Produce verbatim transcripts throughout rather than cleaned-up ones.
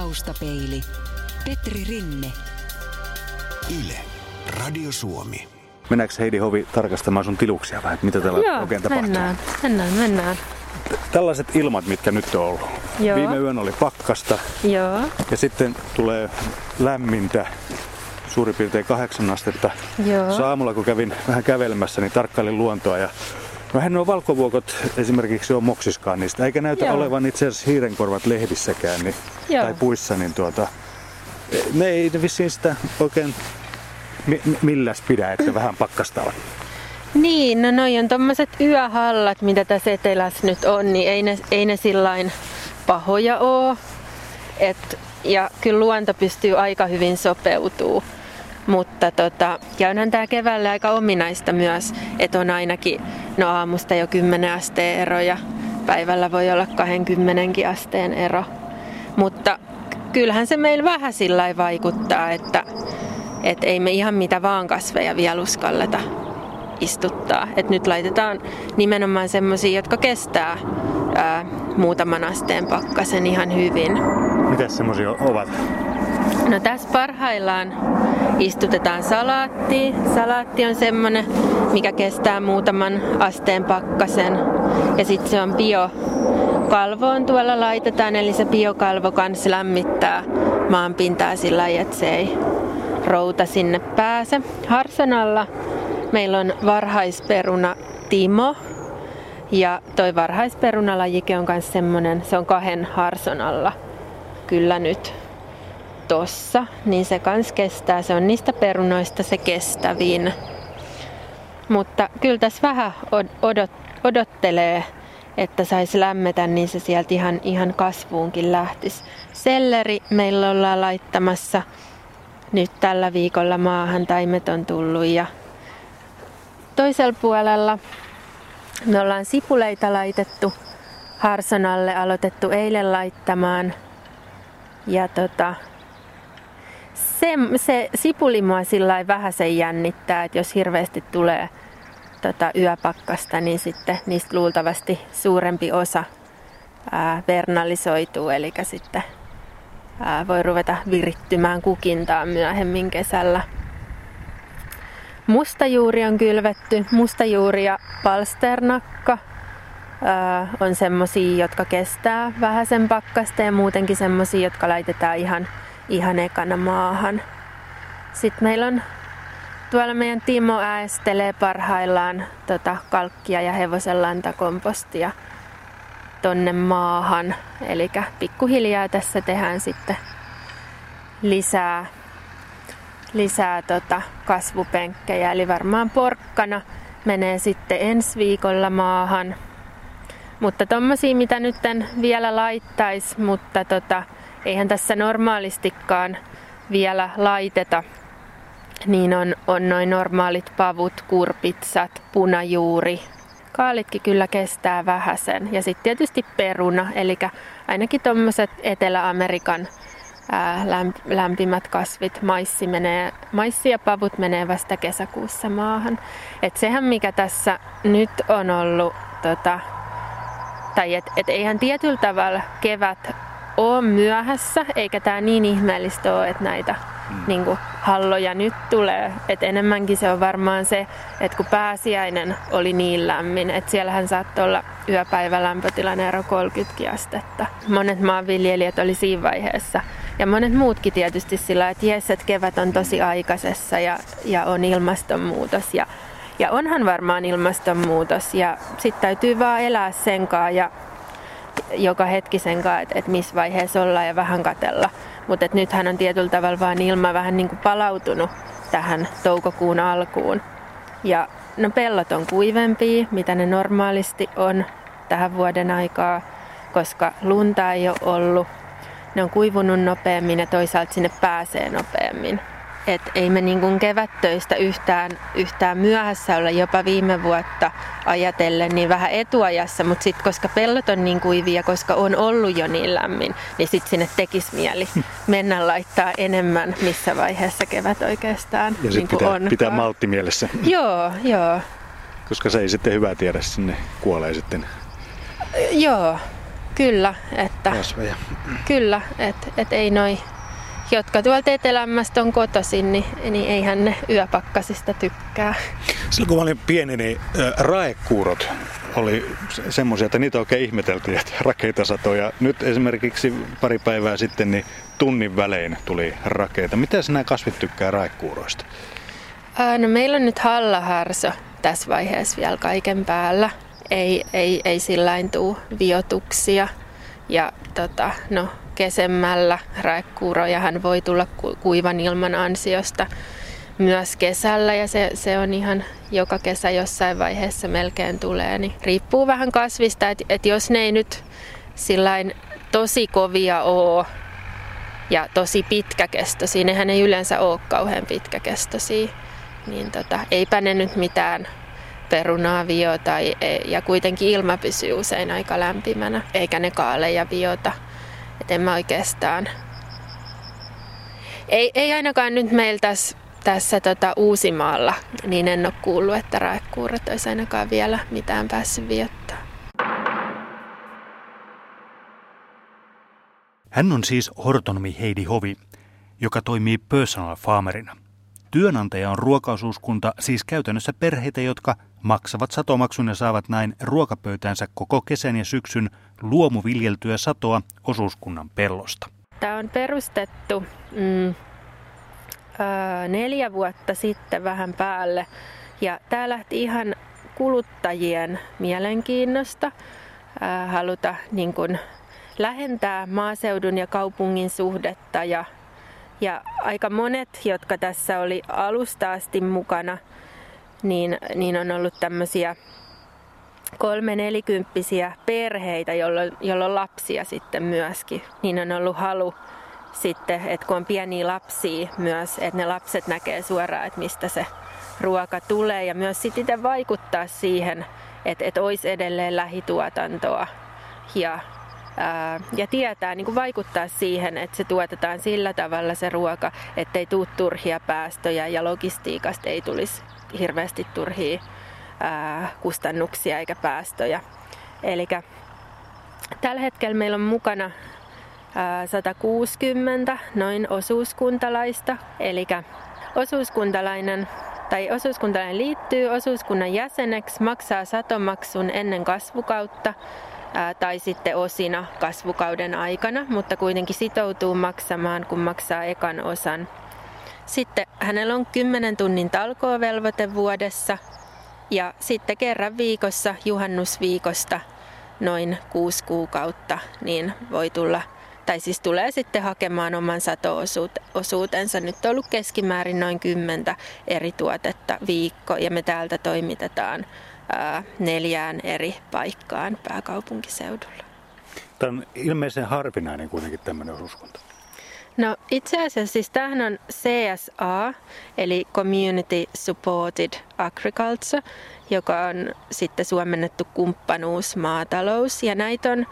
Taustapeili. Petri Rinne. Yle. Radio Suomi. Mennäänkö Heidi Hovi tarkastamaan sun tiluksia vai mitä täällä Joo, oikein tapahtuu? mennään, mennään, mennään. Tällaiset ilmat, mitkä nyt on ollut. Joo. Viime yön oli pakkasta Joo. ja sitten tulee lämmintä, suurin piirtein kahdeksan astetta. Joo. Aamulla kun kävin vähän kävelemässä, niin tarkkailin luontoa ja vähän nuo valkovuokot esimerkiksi on moksiskaan niistä, eikä näytä Joo. olevan itse asiassa hiirenkorvat lehdissäkään niin, tai puissa, niin tuota, ne ei vissiin sitä oikein mi- milläs pidä, että vähän pakkasta on. Niin, no noi on tommoset yöhallat, mitä tässä etelässä nyt on, niin ei ne, ei ne sillain pahoja oo. Et, ja kyllä luonto pystyy aika hyvin sopeutuu. Mutta tota, ja onhan tää keväällä aika ominaista myös, että on ainakin no aamusta jo kymmenen asteen ero ja päivällä voi olla kaksikymmentä asteen ero. Mutta kyllähän se meillä vähän sillä vaikuttaa, että et ei me ihan mitä vaan kasveja vielä uskalleta istuttaa. Et nyt laitetaan nimenomaan semmosia, jotka kestää ää, muutaman asteen pakkasen ihan hyvin. Mitäs semmosia ovat? No tässä parhaillaan istutetaan salaattia. Salaatti on semmonen, mikä kestää muutaman asteen pakkasen. Ja sitten se on biokalvoon tuolla laitetaan, eli se biokalvo kans lämmittää maanpintaa sillä lailla, että se ei routa sinne pääse. Harsonalla meillä on varhaisperuna Timo. Ja toi varhaisperunalajike on myös semmonen, se on kahden harson alla kyllä nyt tossa, niin se kans kestää. Se on niistä perunoista se kestävin. Mutta kyllä tässä vähän odot, odottelee, että saisi lämmetä, niin se sieltä ihan, ihan kasvuunkin lähtisi. Selleri meillä ollaan laittamassa nyt tällä viikolla maahan, taimet on tullut ja toisella puolella me ollaan sipuleita laitettu harsonalle, aloitettu eilen laittamaan. Ja tota, se, se sipuli mua sillai vähän sen jännittää, että jos hirveästi tulee tota yöpakkasta, niin sitten niistä luultavasti suurempi osa ää, vernalisoituu, eli sitten ää, voi ruveta virittymään kukintaan myöhemmin kesällä. Mustajuuri on kylvetty. Mustajuuri ja palsternakka ää, on semmosia, jotka kestää vähän sen pakkasta ja muutenkin semmosia, jotka laitetaan ihan, ihan ekana maahan. Sitten meillä on tuolla meidän Timo äästelee parhaillaan tota kalkkia ja hevosenlantakompostia tonne maahan. Eli pikkuhiljaa tässä tehdään sitten lisää. lisää tota kasvupenkkejä, eli varmaan porkkana menee sitten ensi viikolla maahan. Mutta tommosia, mitä nyt en vielä laittaisi, mutta tota, eihän tässä normaalistikaan vielä laiteta, niin on, on noin normaalit pavut, kurpitsat, punajuuri. Kaalitkin kyllä kestää vähäsen. Ja sitten tietysti peruna, eli ainakin tommoset Etelä-Amerikan lämpimät kasvit, maissi, menee, maissi ja pavut menee vasta kesäkuussa maahan. Et sehän mikä tässä nyt on ollut, tota, tai et, et eihän tietyllä tavalla kevät ole myöhässä, eikä tää niin ihmeellistä ole, että näitä mm. niinku, halloja nyt tulee. Et enemmänkin se on varmaan se, että kun pääsiäinen oli niin lämmin, että siellähän saattoi olla yöpäivä lämpötilan ero kolmekymmentä astetta. Monet maanviljelijät oli siinä vaiheessa. Ja monet muutkin tietysti sillä, että jes, että kevät on tosi aikaisessa ja, ja on ilmastonmuutos. Ja, ja onhan varmaan ilmastonmuutos ja sitten täytyy vaan elää sen kanssa ja joka hetki sen kanssa, että, että missä vaiheessa ollaan ja vähän katsella. Mutta nythän on tietyllä tavalla vaan ilma vähän niin kuin palautunut tähän toukokuun alkuun. Ja no pellot on kuivempia, mitä ne normaalisti on tähän vuoden aikaa, koska lunta ei ole ollut. Ne on kuivunut nopeammin ja toisaalta sinne pääsee nopeammin. Et ei me niin kuin kevättöistä yhtään, yhtään myöhässä olla, jopa viime vuotta ajatellen niin vähän etuajassa, mutta sitten koska pellot on niin kuivia, koska on ollut jo niin lämmin, niin sitten sinne tekisi mieli mennä laittaa enemmän, missä vaiheessa kevät oikeastaan ja niin pitää, on. pitää maltti mielessä. Joo, joo. Koska se ei sitten hyvää tiedä, sinne kuolee sitten. Joo. Kyllä, että, kyllä, että et ei noi, jotka tuolta etelämmästä on kotoisin, niin, niin eihän ne yöpakkasista tykkää. Silloin kun mä olin pieni, niin ä, raekuurot oli semmoisia, että niitä oikein ihmeteltiin, että rakeita satoi. Ja nyt esimerkiksi pari päivää sitten niin tunnin välein tuli rakeita. Mitä nämä kasvit tykkää raekuuroista? Ää, no meillä on nyt hallahärso tässä vaiheessa vielä kaiken päällä. Ei, ei, ei sillain tuu viotuksia. Ja tota, no, kesemmällä raekuurojahan voi tulla kuivan ilman ansiosta myös kesällä, ja se, se on ihan joka kesä jossain vaiheessa melkein tulee. Niin riippuu vähän kasvista, että et jos ne ei nyt sillain tosi kovia ole ja tosi pitkäkestoisia, nehän ei yleensä ole kauhean pitkäkestoisia, niin tota, eipä ne nyt mitään perunaa viota, ja kuitenkin ilma pysyy usein aika lämpimänä, eikä ne kaaleja viota. Et en mä oikeastaan. Ei, ei ainakaan nyt meillä tässä, tässä tota Uusimaalla, niin en ole kuullut, että raekuurot olisi ainakaan vielä mitään päässyt viottaa. Hän on siis hortonomi Heidi Hovi, joka toimii personal farmerina. Työnantaja on ruokaosuuskunta, siis käytännössä perheitä, jotka maksavat satomaksun ja saavat näin ruokapöytäänsä koko kesän ja syksyn luomuviljeltyä satoa osuuskunnan pellosta. Tämä on perustettu mm, ää, neljä vuotta sitten vähän päälle, ja tämä lähti ihan kuluttajien mielenkiinnosta ää, haluta niin kun lähentää maaseudun ja kaupungin suhdetta, ja Ja aika monet, jotka tässä oli alusta asti mukana, niin, niin on ollut tämmöisiä kolme nelikymppisiä perheitä, jolloin, jolloin lapsia sitten myöskin. Niin on ollut halu sitten, että kun on pieniä lapsia myös, että ne lapset näkee suoraan, että mistä se ruoka tulee. Ja myös sitten itse vaikuttaa siihen, että, että olisi edelleen lähituotantoa ja Ja tietää, niin kuin vaikuttaa siihen, että se tuotetaan sillä tavalla se ruoka, ettei tule turhia päästöjä ja logistiikasta ei tulisi hirveästi turhia ää, kustannuksia eikä päästöjä. Eli tällä hetkellä meillä on mukana ää, sata kuusikymmentä noin osuuskuntalaista. Eli osuuskuntalainen tai osuuskuntalainen liittyy osuuskunnan jäseneksi, maksaa satomaksun ennen kasvukautta tai sitten osina kasvukauden aikana, mutta kuitenkin sitoutuu maksamaan, kun maksaa ekan osan. Sitten hänellä on kymmenen tunnin talkoovelvoite vuodessa, ja sitten kerran viikossa juhannusviikosta noin kuusi kuukautta niin voi tulla, tai siis tulee sitten hakemaan oman sato-osuutensa. Nyt on ollut keskimäärin noin kymmentä eri tuotetta viikko, ja me täältä toimitetaan neljään eri paikkaan pääkaupunkiseudulla. Tämä on ilmeisen harvinainen kuitenkin tämmöinen osuuskunta. No itse asiassa siis tämähän on C S A, eli Community Supported Agriculture, joka on sitten suomennettu kumppanuusmaatalous. Ja näitä on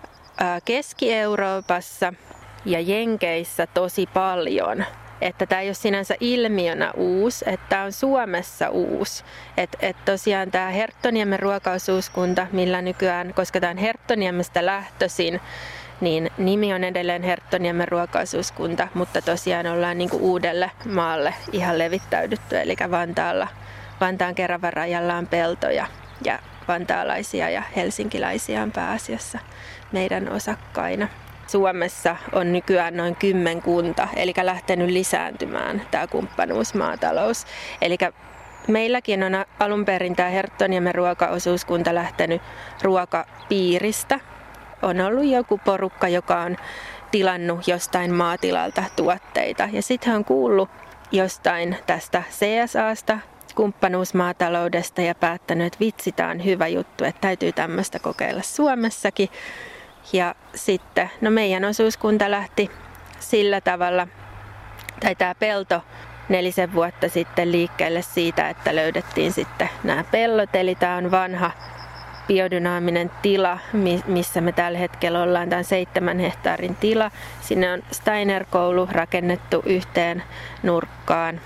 Keski-Euroopassa ja Jenkeissä tosi paljon. Että tämä ei ole sinänsä ilmiönä uusi, että tämä on Suomessa uusi. Että et tosiaan tämä Herttoniemen ruokaosuuskunta, millä nykyään, koska tämä on Herttoniemestä lähtöisin, niin nimi on edelleen Herttoniemen ruokaosuuskunta, mutta tosiaan ollaan niinku uudelle maalle ihan levittäydytty. Eli Vantaalla, Vantaan Keravan rajalla on peltoja, ja vantaalaisia ja helsinkiläisiä on pääasiassa meidän osakkaina. Suomessa on nykyään noin kymmenkunta, eli lähtenyt lisääntymään tämä kumppanuusmaatalous. Eli meilläkin on alun perin tämä Herttoniemen ruokaosuuskunta lähtenyt ruokapiiristä. On ollut joku porukka, joka on tilannut jostain maatilalta tuotteita. Ja sitten on kuullut jostain tästä C S A:sta, kumppanuusmaataloudesta, ja päättänyt, että vitsi, tämä on hyvä juttu, että täytyy tämmöistä kokeilla Suomessakin. Ja sitten, no meidän osuuskunta lähti sillä tavalla, tai tämä pelto nelisen vuotta sitten liikkeelle siitä, että löydettiin sitten nämä pellot. Eli tämä on vanha biodynaaminen tila, missä me tällä hetkellä ollaan. Tämä on seitsemän hehtaarin tila. Sinne on Steiner-koulu rakennettu yhteen nurkkaan.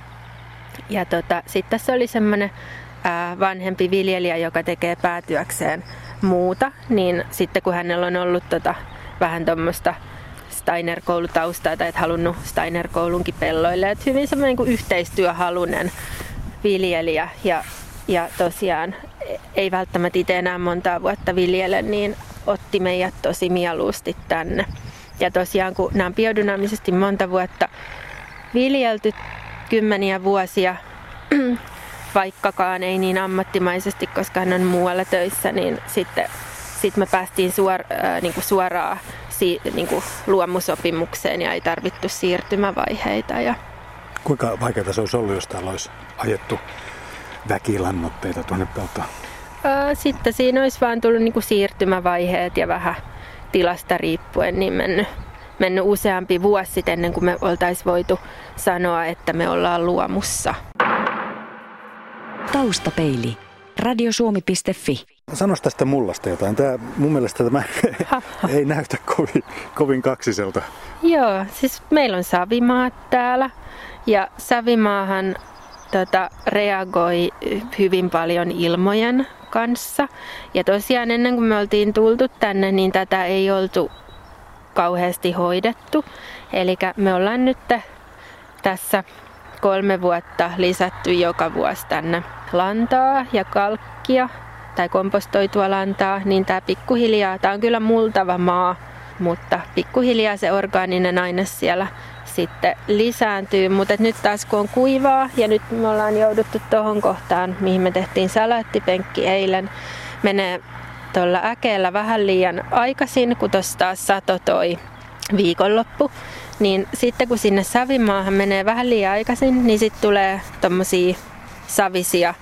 Ja tota, sitten tässä oli semmoinen vanhempi viljelijä, joka tekee päätyökseen muuta, niin sitten kun hänellä on ollut tota, vähän tuommoista Steiner-koulutaustaa tai et halunnut Steiner-koulunkin pelloille, että hyvin semmoinen niin yhteistyöhalunen viljelijä ja, ja tosiaan ei välttämättä itse enää montaa vuotta viljele, niin otti meidät tosi mieluusti tänne. Ja tosiaan kun nämä on biodynaamisesti monta vuotta viljelty, kymmeniä vuosia, vaikkakaan ei niin ammattimaisesti, koska hän on muualla töissä, niin sitten sit me päästiin suor, äh, niin kuin suoraan si, niin kuin luomusopimukseen ja ei tarvittu siirtymävaiheita. Ja... Kuinka vaikeaa se olisi ollut, jos täällä olisi ajettu väkilannoitteita tuonne peltoon? Äh, sitten siinä olisi vaan tullut niin kuin siirtymävaiheet ja vähän tilasta riippuen niin mennyt, mennyt useampi vuosi sitten ennen kuin me oltaisiin voitu sanoa, että me ollaan luomussa. Taustapeili. radiosuomi piste fi. Sanois tästä mullasta jotain. Tää, mun mielestä tämä ei näytä kovin, kovin kaksiselta. Joo, siis meillä on savimaat täällä ja savimaahan tota, reagoi hyvin paljon ilmojen kanssa. Ja tosiaan ennen kuin me oltiin tultu tänne, niin tätä ei oltu kauheasti hoidettu. Eli me ollaan nyt tässä kolme vuotta lisätty joka vuosi tänne lantaa ja kalkkia tai kompostoitua lantaa, niin tämä pikkuhiljaa, tämä on kyllä multava maa, mutta pikkuhiljaa se orgaaninen aine siellä sitten lisääntyy. Mutta nyt taas kun on kuivaa ja nyt me ollaan jouduttu tuohon kohtaan, mihin me tehtiin salaattipenkki eilen, menee tuolla äkeellä vähän liian aikaisin, kun tuossa taas sato toi viikonloppu. Niin sitten kun sinne savimaahan menee vähän liian aikaisin, niin sitten tulee tommosia savisia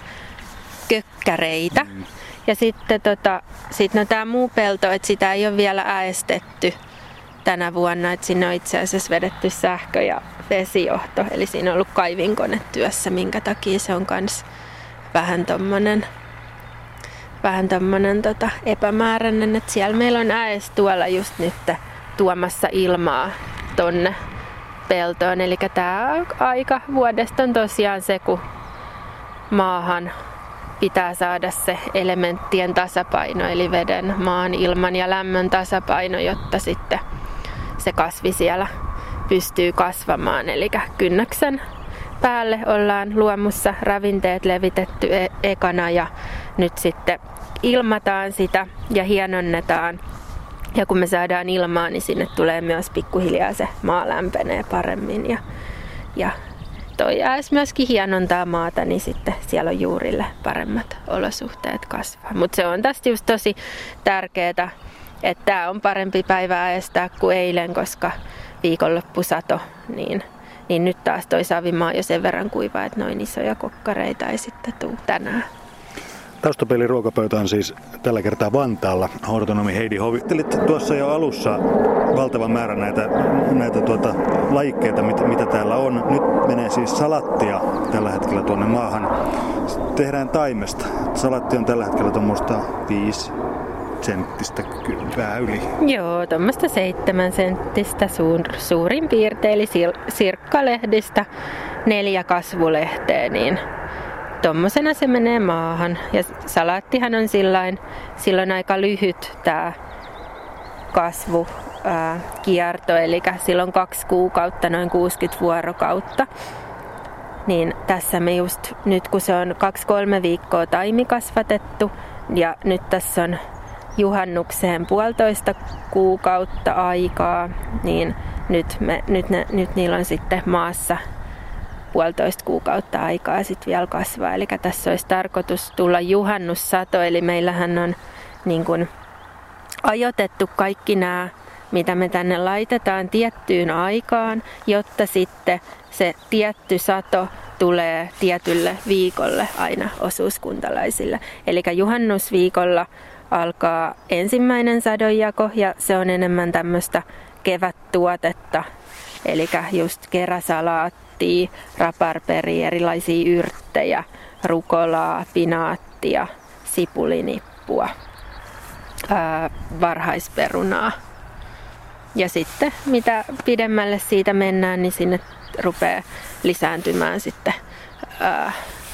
kökkäreitä. Mm. Ja sitten tota, sit no tää muu pelto, että sitä ei ole vielä äästetty tänä vuonna, että sinne on itse asiassa vedetty sähkö- ja vesijohto. Eli siinä on ollut kaivinkone työssä, minkä takia se on kans vähän tommonen, vähän tommonen tota epämääräinen, että siellä meillä on ääs tuolla just nyt tuomassa ilmaa tonne peltoon. Eli tämä aika vuodesta on tosiaan se, kun maahan pitää saada se elementtien tasapaino, eli veden, maan, ilman ja lämmön tasapaino, jotta sitten se kasvi siellä pystyy kasvamaan. Eli kynnöksen päälle ollaan luomussa ravinteet levitetty e- ekana ja nyt sitten ilmataan sitä ja hienonnetaan. Ja kun me saadaan ilmaa, niin sinne tulee myös pikkuhiljaa se maa lämpenee paremmin. Ja, ja toi ääs myöskin hienontaa maata, niin sitten siellä on juurille paremmat olosuhteet kasvaa. Mutta se on tästä just tosi tärkeää, että tämä on parempi päivä äestää kuin eilen, koska viikonloppusato, niin, niin nyt taas toi savimaa on jo sen verran kuiva, että noin isoja kokkareita ei sitten tule tänään. Taustapeilin ruokapöytä on siis tällä kertaa Vantaalla. Hortonomi Heidi Hovi. Telit tuossa jo alussa valtavan määrän näitä, näitä tuota, lajikkeita, mitä, mitä täällä on. Nyt menee siis salattia tällä hetkellä tuonne maahan. Tehdään taimesta. Salatti on tällä hetkellä tuommoista viisi senttistä, vähän yli. Joo, tuommoista seitsemän senttistä suur, suurin piirtein, eli sir, sirkkalehdistä neljä kasvulehteä, niin tommosena se menee maahan. Ja salaattihan on sillain, silloin aika lyhyt tämä kasvukierto, eli silloin kaksi kuukautta, noin kuusikymmentä vuorokautta. Niin tässä me just nyt, kun se on kaksi kolme viikkoa taimikasvatettu ja nyt tässä on juhannukseen puolitoista kuukautta aikaa, niin nyt, me, nyt, ne, nyt niillä on sitten maassa puolitoista kuukautta aikaa sitten vielä kasvaa. Eli tässä olisi tarkoitus tulla juhannussato, eli meillähän on niin kuin ajoitettu kaikki nämä, mitä me tänne laitetaan tiettyyn aikaan, jotta sitten se tietty sato tulee tietylle viikolle aina osuuskuntalaisille. Eli juhannusviikolla alkaa ensimmäinen sadonjako ja se on enemmän tämmöistä kevättuotetta, eli just keräsalaattia, raparperia, erilaisia yrttejä, rukolaa, pinaattia, sipulinippua, ää, varhaisperunaa. Ja sitten mitä pidemmälle siitä mennään, niin sinne rupeaa lisääntymään sitten ää,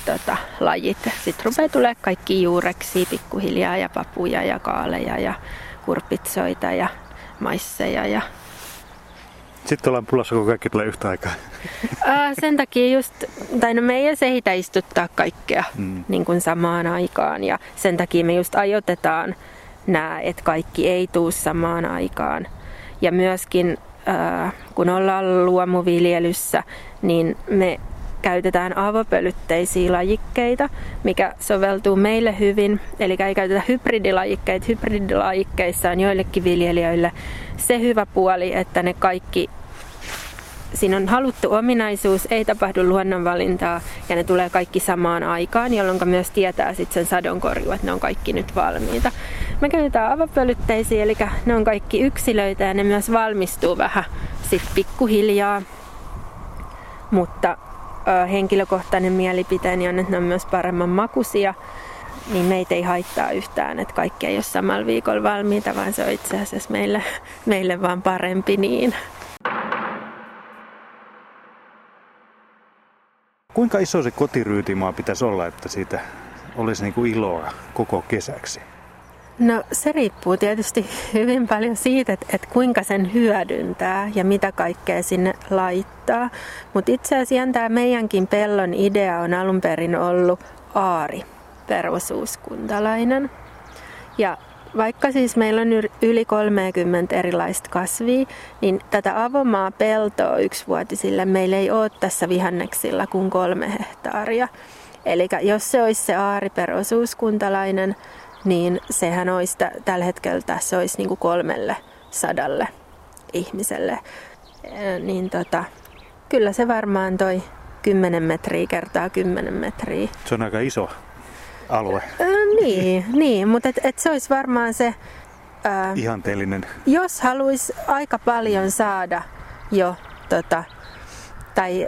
tota, lajit. Sitten rupeaa tulee kaikki juureksia pikkuhiljaa ja papuja ja kaaleja ja kurpitsoita ja maisseja. Ja... Sitten ollaan pulassa, kun kaikki tulee yhtä aikaa. Ää, sen takia just, tai no me ei edes ehitä istuttaa kaikkea mm. niin kuin samaan aikaan. Ja sen takia me just ajoitetaan nämä, että kaikki ei tuu samaan aikaan. Ja myöskin ää, kun ollaan luomuviljelyssä, niin me käytetään avopölytteisiä lajikkeita, mikä soveltuu meille hyvin. Eli ei käytetä hybridilajikkeita. Hybridilajikkeissa on joillekin viljelijöille se hyvä puoli, että ne kaikki, siinä on haluttu ominaisuus, ei tapahdu luonnonvalintaa ja ne tulee kaikki samaan aikaan, jolloin myös tietää sitten sen sadonkorjuu, että ne on kaikki nyt valmiita. Me käytetään avopölytteisiä, eli ne on kaikki yksilöitä ja ne myös valmistuu vähän sitten pikkuhiljaa, mutta henkilökohtainen mielipiteeni on, että ne on myös paremman makuisia, niin meitä ei haittaa yhtään, että kaikki ei ole samalla viikolla valmiita, vaan se on itse asiassa meille, meille vaan parempi niin. Kuinka iso se kotiryytimaa pitäisi olla, että siitä olisi niin kuin iloa koko kesäksi? No se riippuu tietysti hyvin paljon siitä, että, että kuinka sen hyödyntää ja mitä kaikkea sinne laittaa. Mutta itse asiassa tämä meidänkin pellon idea on alun perin ollut aari, perosuuskuntalainen. Ja vaikka siis meillä on yli kolmekymmentä erilaista kasvia, niin tätä avomaapeltoa yksivuotisille meillä ei ole tässä vihanneksilla kuin kolme hehtaaria. Eli jos se olisi se aari, perosuuskuntalainen, niin sehän olisi tällä hetkellä tässä olisi niin kuin kolmelle sadalle ihmiselle. E, niin tota, kyllä se varmaan toi kymmenen metriä kertaa kymmenen metriä. Se on aika iso alue. E, niin, niin, mutta et, et se olisi varmaan se... Ää, ihanteellinen. Jos haluaisi aika paljon saada jo, tota, tai...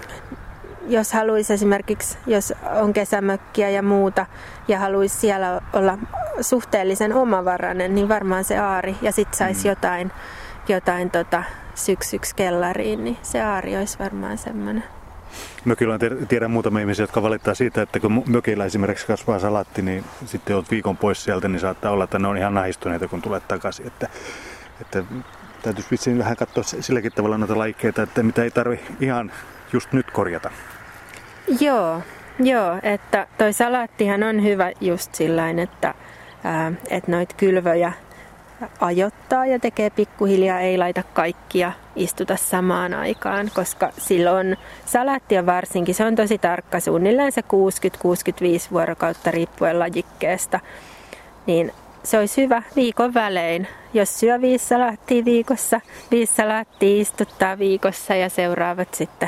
Jos haluaisi esimerkiksi, jos on kesämökkiä ja muuta ja haluaisi siellä olla suhteellisen omavarainen, niin varmaan se aari ja sitten saisi jotain, jotain tota syksyksi kellariin, niin se aari olisi varmaan semmoinen. Mökillä tiedän muutamia ihmisiä, jotka valittaa siitä, että kun mökillä esimerkiksi kasvaa salaatti, niin sitten olet viikon pois sieltä, niin saattaa olla, että ne on ihan nahistuneita, kun tulet takaisin. Että, että täytyisi vissiin vähän katsoa silläkin tavalla noita lajikkeita, että mitä ei tarvitse ihan just nyt korjata. Joo, joo, että toi salaattihan on hyvä just sillain, että, ää, että noit kylvöjä ajoittaa ja tekee pikkuhiljaa, ei laita kaikkia istuta samaan aikaan, koska silloin salaatti on varsinkin, se on tosi tarkka, suunnilleen se kuusikymmentä kuusikymmentäviisi vuorokautta riippuen lajikkeesta, niin se olisi hyvä viikon välein, jos syö viisi salaattia viikossa, viisi salaattia istuttaa viikossa ja seuraavat sitten.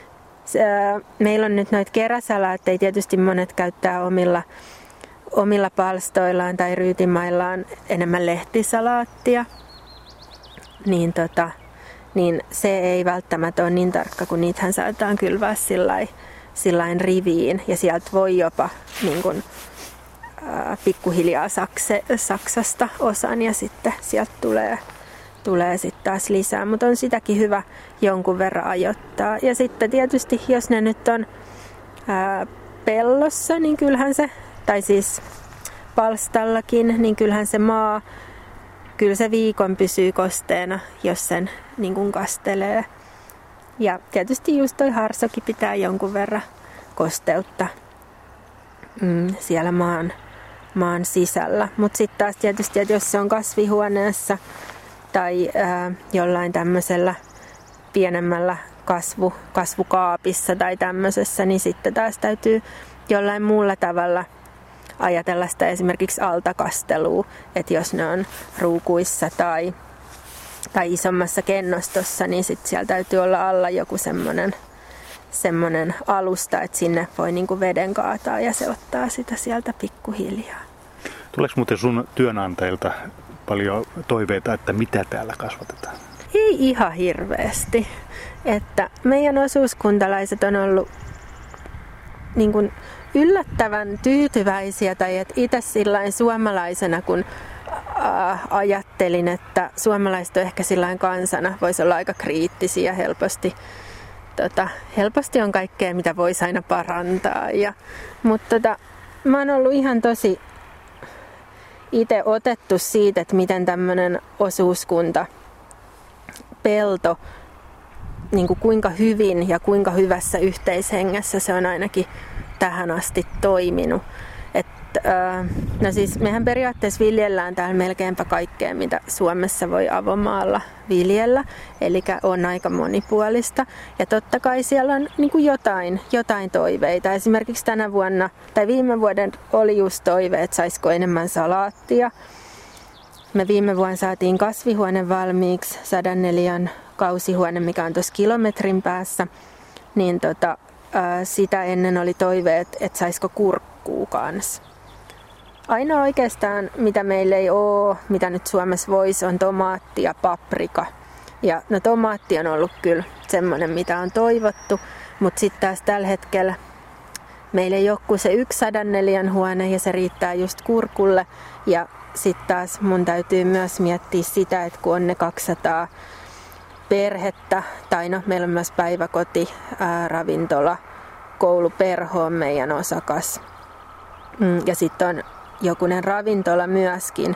Meillä on nyt noita keräsalaatteja, tietysti monet käyttää omilla, omilla palstoillaan tai ryytimaillaan enemmän lehtisalaattia, niin, tota, niin se ei välttämättä ole niin tarkka, kun niitähän saadaan kylvää sillain, sillain riviin ja sieltä voi jopa niin kun, ää, pikkuhiljaa sakse, saksasta osan ja sitten sieltä tulee tulee sitten taas lisää, mutta on sitäkin hyvä jonkun verran ajoittaa. Ja sitten tietysti, jos ne nyt on ää, pellossa, niin kyllähän se, tai siis palstallakin, niin kyllähän se maa, kyllä se viikon pysyy kosteena, jos sen niin kuin kastelee. Ja tietysti just toi harsokin pitää jonkun verran kosteutta mm, siellä maan, maan sisällä. Mutta sitten taas tietysti, että jos se on kasvihuoneessa, tai ää, jollain tämmöisellä pienemmällä kasvu, kasvukaapissa tai tämmöisessä, niin sitten taas täytyy jollain muulla tavalla ajatella sitä esimerkiksi altakastelua, että jos ne on ruukuissa tai, tai isommassa kennostossa, niin sitten siellä täytyy olla alla joku semmoinen semmoinen alusta, että sinne voi niinku veden kaataa ja se ottaa sitä sieltä pikkuhiljaa. Tuleeko muuten sun työnantajilta paljon toiveita, että mitä täällä kasvatetaan? Ei ihan hirveästi. Että meidän osuuskuntalaiset on ollut niin kuin yllättävän tyytyväisiä, tai että itse sillain suomalaisena, kun äh, ajattelin, että suomalaiset on ehkä sillain kansana, voisi olla aika kriittisiä helposti, tota, helposti on kaikkea, mitä voisi aina parantaa. Ja, mutta tota, mä oon ollut ihan tosi itse otettu siitä, että miten tämmöinen osuuskunta, pelto, niin kuin kuinka hyvin ja kuinka hyvässä yhteishengessä se on ainakin tähän asti toiminut. Et, äh, no siis mehän periaatteessa viljellään täällä melkeinpä kaikkea, mitä Suomessa voi avomaalla viljellä, eli on aika monipuolista. Ja totta kai siellä on niin kuin jotain, jotain toiveita. Esimerkiksi tänä vuonna, tai viime vuoden oli just toive, että saisiko enemmän salaattia. Me viime vuonna saatiin kasvihuone valmiiksi, sadan neliön kausihuone, mikä on tuossa kilometrin päässä. Niin tota, ää, sitä ennen oli toive, että et saisiko kurkkuu kanssa. Ainoa oikeastaan, mitä meillä ei ole, mitä nyt Suomessa voisi, on tomaatti ja paprika. Ja no tomaatti on ollut kyllä semmoinen, mitä on toivottu, mutta sitten taas tällä hetkellä meillä ei ole kuin se yksi sadan neliön huone ja se riittää just kurkulle. Ja sitten taas mun täytyy myös miettiä sitä, että kun on ne kaksisataa perhettä, tai no meillä on myös päiväkoti, ää, ravintola, kouluperho on meidän osakas. Mm, ja sitten on jokunen ravintola myöskin,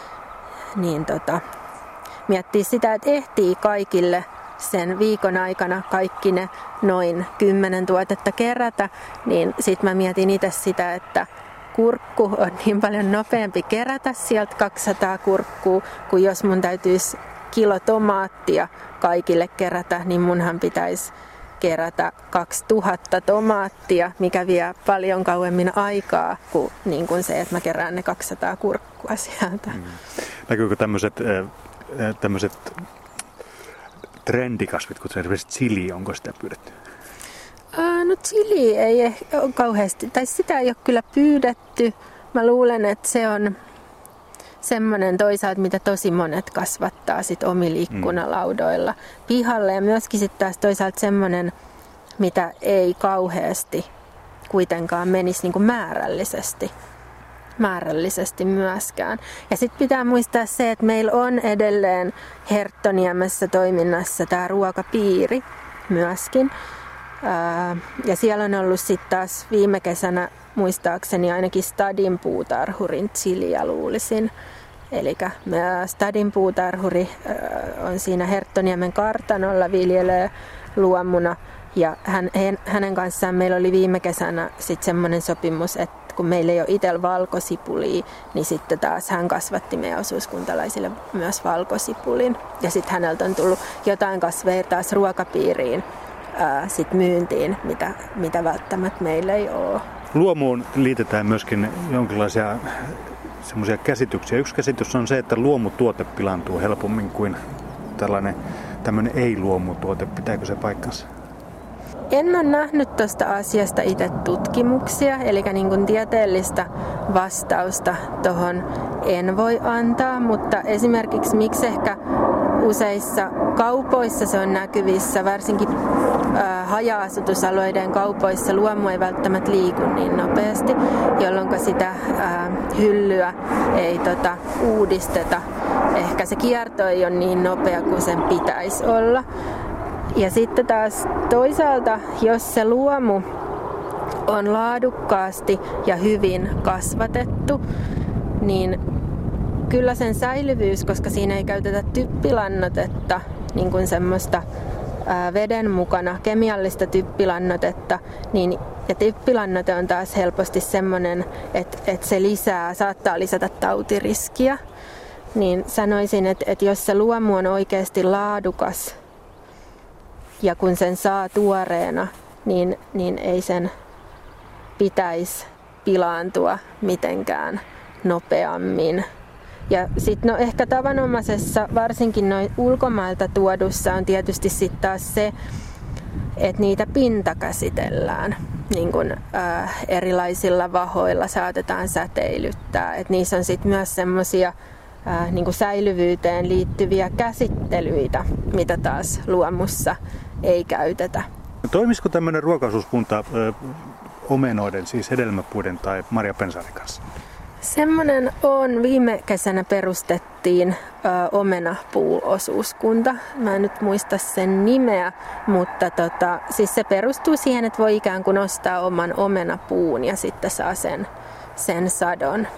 niin tota, miettiä sitä, että ehtii kaikille sen viikon aikana kaikki ne noin kymmenen tuotetta kerätä, niin sitten mä mietin itse sitä, että kurkku on niin paljon nopeampi kerätä sieltä kaksisataa kurkkuu, kuin jos mun täytyisi kilo tomaattia kaikille kerätä, niin munhan pitäisi kerätä kaksituhatta tomaattia, mikä vie paljon kauemmin aikaa kuin, niin kuin se, että mä kerään ne kaksisataa kurkkua sieltä. Mm. Näkyykö tämmöiset tämmöiset trendikasvit, kuten esimerkiksi chili, onko sitä pyydetty? Ää, no chili ei ole kauheasti, tai sitä ei ole kyllä pyydetty. Mä luulen, että se on semmoinen toisaalta, mitä tosi monet kasvattaa sit omilla ikkunalaudoilla pihalle. Ja myöskin sitten taas toisaalta semmoinen, mitä ei kauheasti kuitenkaan menisi niinku määrällisesti. määrällisesti myöskään. Ja sitten pitää muistaa se, että meillä on edelleen Herttoniemessä toiminnassa tämä ruokapiiri myöskin. Ää, ja siellä on ollut sitten taas viime kesänä muistaakseni ainakin Stadin puutarhurin chiliä luulisin. Eli Stadin puutarhuri ää, on siinä Herttoniemen kartanolla, viljelee luomuna. Ja hän, hänen kanssaan meillä oli viime kesänä sitten semmoinen sopimus, että kun meillä ei ole itsellä valkosipulia, niin sitten taas hän kasvatti meidän osuuskuntalaisille myös valkosipulin. Ja sitten häneltä on tullut jotain kasveja taas ruokapiiriin ää, sit myyntiin, mitä, mitä välttämättä meillä ei ole. Luomuun liitetään myöskin jonkinlaisia semmoisia käsityksiä. Yksi käsitys on se, että luomutuote pilaantuu helpommin kuin tällainen tämmöinen ei-luomutuote. Pitääkö se paikkansa? En ole nähnyt tuosta asiasta itse tutkimuksia, eli niin kuin tieteellistä vastausta tuohon en voi antaa, mutta esimerkiksi miksi ehkä useissa kaupoissa se on näkyvissä, varsinkin äh, haja-asutusalueiden kaupoissa luomu ei välttämättä liiku niin nopeasti, jolloin sitä äh, hyllyä ei tota, uudisteta. Ehkä se kierto ei ole niin nopea kuin sen pitäisi olla. Ja sitten taas toisaalta, jos se luomu on laadukkaasti ja hyvin kasvatettu, niin kyllä sen säilyvyys, koska siinä ei käytetä typpilannoitetta, niin kuin semmoista ää, veden mukana kemiallista typpilannotetta, niin, ja typpilannoite on taas helposti semmoinen, että, että se lisää, saattaa lisätä tautiriskiä, niin sanoisin, että, että jos se luomu on oikeasti laadukas, ja kun sen saa tuoreena, niin, niin ei sen pitäisi pilaantua mitenkään nopeammin. Ja sitten no ehkä tavanomaisessa, varsinkin noin ulkomailta tuodussa on tietysti sitten taas se, että niitä pintakäsitellään. Niin kun, äh, erilaisilla vahoilla saatetaan säteilyttää. Et niissä on sitten myös semmoisia äh, niin kun säilyvyyteen liittyviä käsittelyitä, mitä taas luomussa ei käytetä. Toimisiko tämmöinen ruokaosuuskunta ö, omenoiden, siis hedelmäpuiden tai marjapensaiden kanssa? Semmoinen on. Viime kesänä perustettiin ö, omenapuuosuuskunta. Mä en nyt muista sen nimeä, mutta tota, siis se perustuu siihen, että voi ikään kuin ostaa oman omenapuun ja sitten saa sen, sen sadon.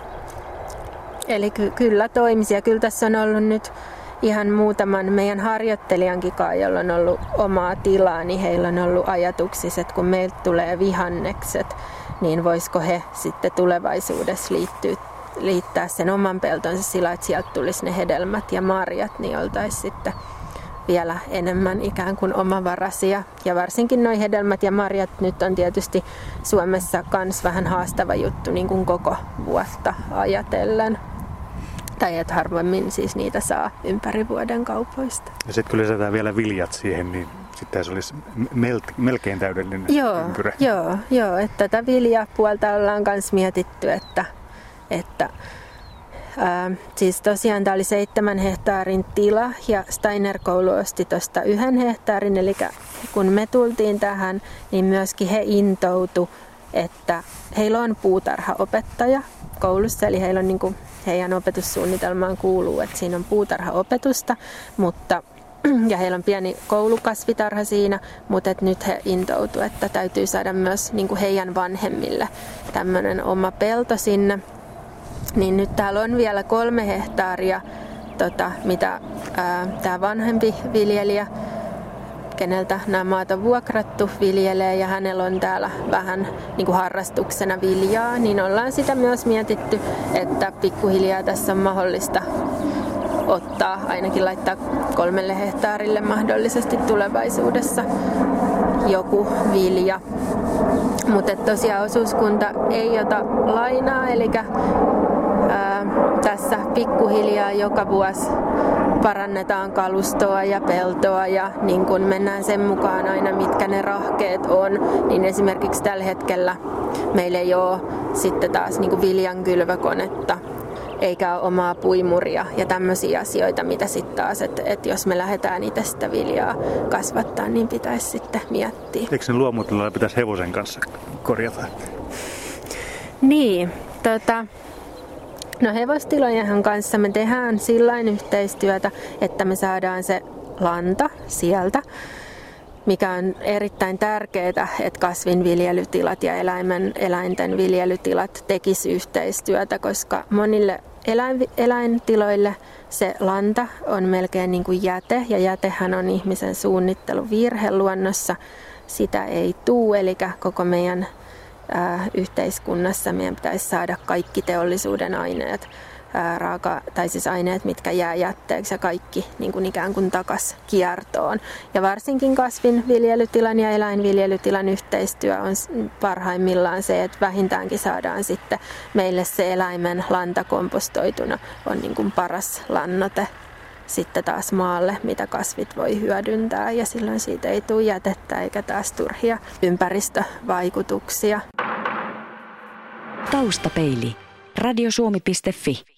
Eli ky- kyllä toimisi ja kyllä tässä on ollut nyt ihan muutaman meidän harjoittelijankin kanssa, jolla on ollut omaa tilaa, niin heillä on ollut ajatuksissa, että kun meiltä tulee vihannekset, niin voisiko he sitten tulevaisuudessa liittyä, liittää sen oman peltonsa sillä, että sieltä tulisi ne hedelmät ja marjat, niin oltaisiin sitten vielä enemmän ikään kuin omavaraisia. Ja varsinkin nuo hedelmät ja marjat nyt on tietysti Suomessa myös vähän haastava juttu niin kuin koko vuotta ajatellen. Tai että harvemmin siis niitä saa ympäri vuoden kaupoista. Ja sitten kun lisätään vielä viljat siihen, niin sitten se olisi mel- melkein täydellinen joo, ympyrä. Joo, joo, että tätä viljapuolta ollaan myös mietitty, että, että ää, siis tosiaan tämä oli seitsemän hehtaarin tila ja Steiner-koulu osti tuosta yhden hehtaarin, eli kun me tultiin tähän, niin myöskin he intoutu, että heillä on puutarhaopettaja koulussa, eli heillä on niin kuin heidän opetussuunnitelmaan kuuluu, että siinä on puutarhaopetusta, mutta, ja heillä on pieni koulukasvitarha siinä, mutta että nyt he intoutuu, että täytyy saada myös niin kuin heidän vanhemmille tämmöinen oma pelto sinne. Niin nyt täällä on vielä kolme hehtaaria, tota, mitä tämä vanhempi viljelijä, keneltä nämä maat on vuokrattu, viljelee ja hänellä on täällä vähän niin kuin harrastuksena viljaa, niin ollaan sitä myös mietitty, että pikkuhiljaa tässä on mahdollista ottaa, ainakin laittaa kolmelle hehtaarille mahdollisesti tulevaisuudessa joku vilja. Mutta tosiaan osuuskunta ei ota lainaa, eli ää, tässä pikkuhiljaa joka vuosi parannetaan kalustoa ja peltoa ja niin kun mennään sen mukaan aina mitkä ne rahkeet on, niin esimerkiksi tällä hetkellä meillä ei ole sitten taas niin kuin viljankylvökonetta eikä ole omaa puimuria ja tämmöisiä asioita, mitä sitten taas, että et jos me lähdetään itse sitä viljaa kasvattaa, niin pitäisi sitten miettiä. Eikö sen luomutilalla pitäisi hevosen kanssa korjata? Niin, tota... No hevostilojen kanssa me tehdään sillain yhteistyötä, että me saadaan se lanta sieltä, mikä on erittäin tärkeää, että kasvinviljelytilat ja eläimen, eläinten viljelytilat tekisivät yhteistyötä, koska monille eläin, eläintiloille se lanta on melkein niin kuin jäte, ja jätehän on ihmisen suunnitteluvirhe luonnossa. Sitä ei tule, eli koko meidän Ää, yhteiskunnassa meidän pitäisi saada kaikki teollisuuden aineet, ää, raaka, tai siis aineet, mitkä jää jätteeksi ja kaikki niin kuin ikään kuin takas kiertoon. Ja varsinkin kasvinviljelytilan ja eläinviljelytilan yhteistyö on parhaimmillaan se, että vähintäänkin saadaan sitten meille se eläimen lanta kompostoituna on niin kuin paras lannoite sitten taas maalle, mitä kasvit voi hyödyntää, ja silloin siitä ei tule jätettä eikä taas turhia ympäristövaikutuksia. Taustapeili. radiosuomi piste fi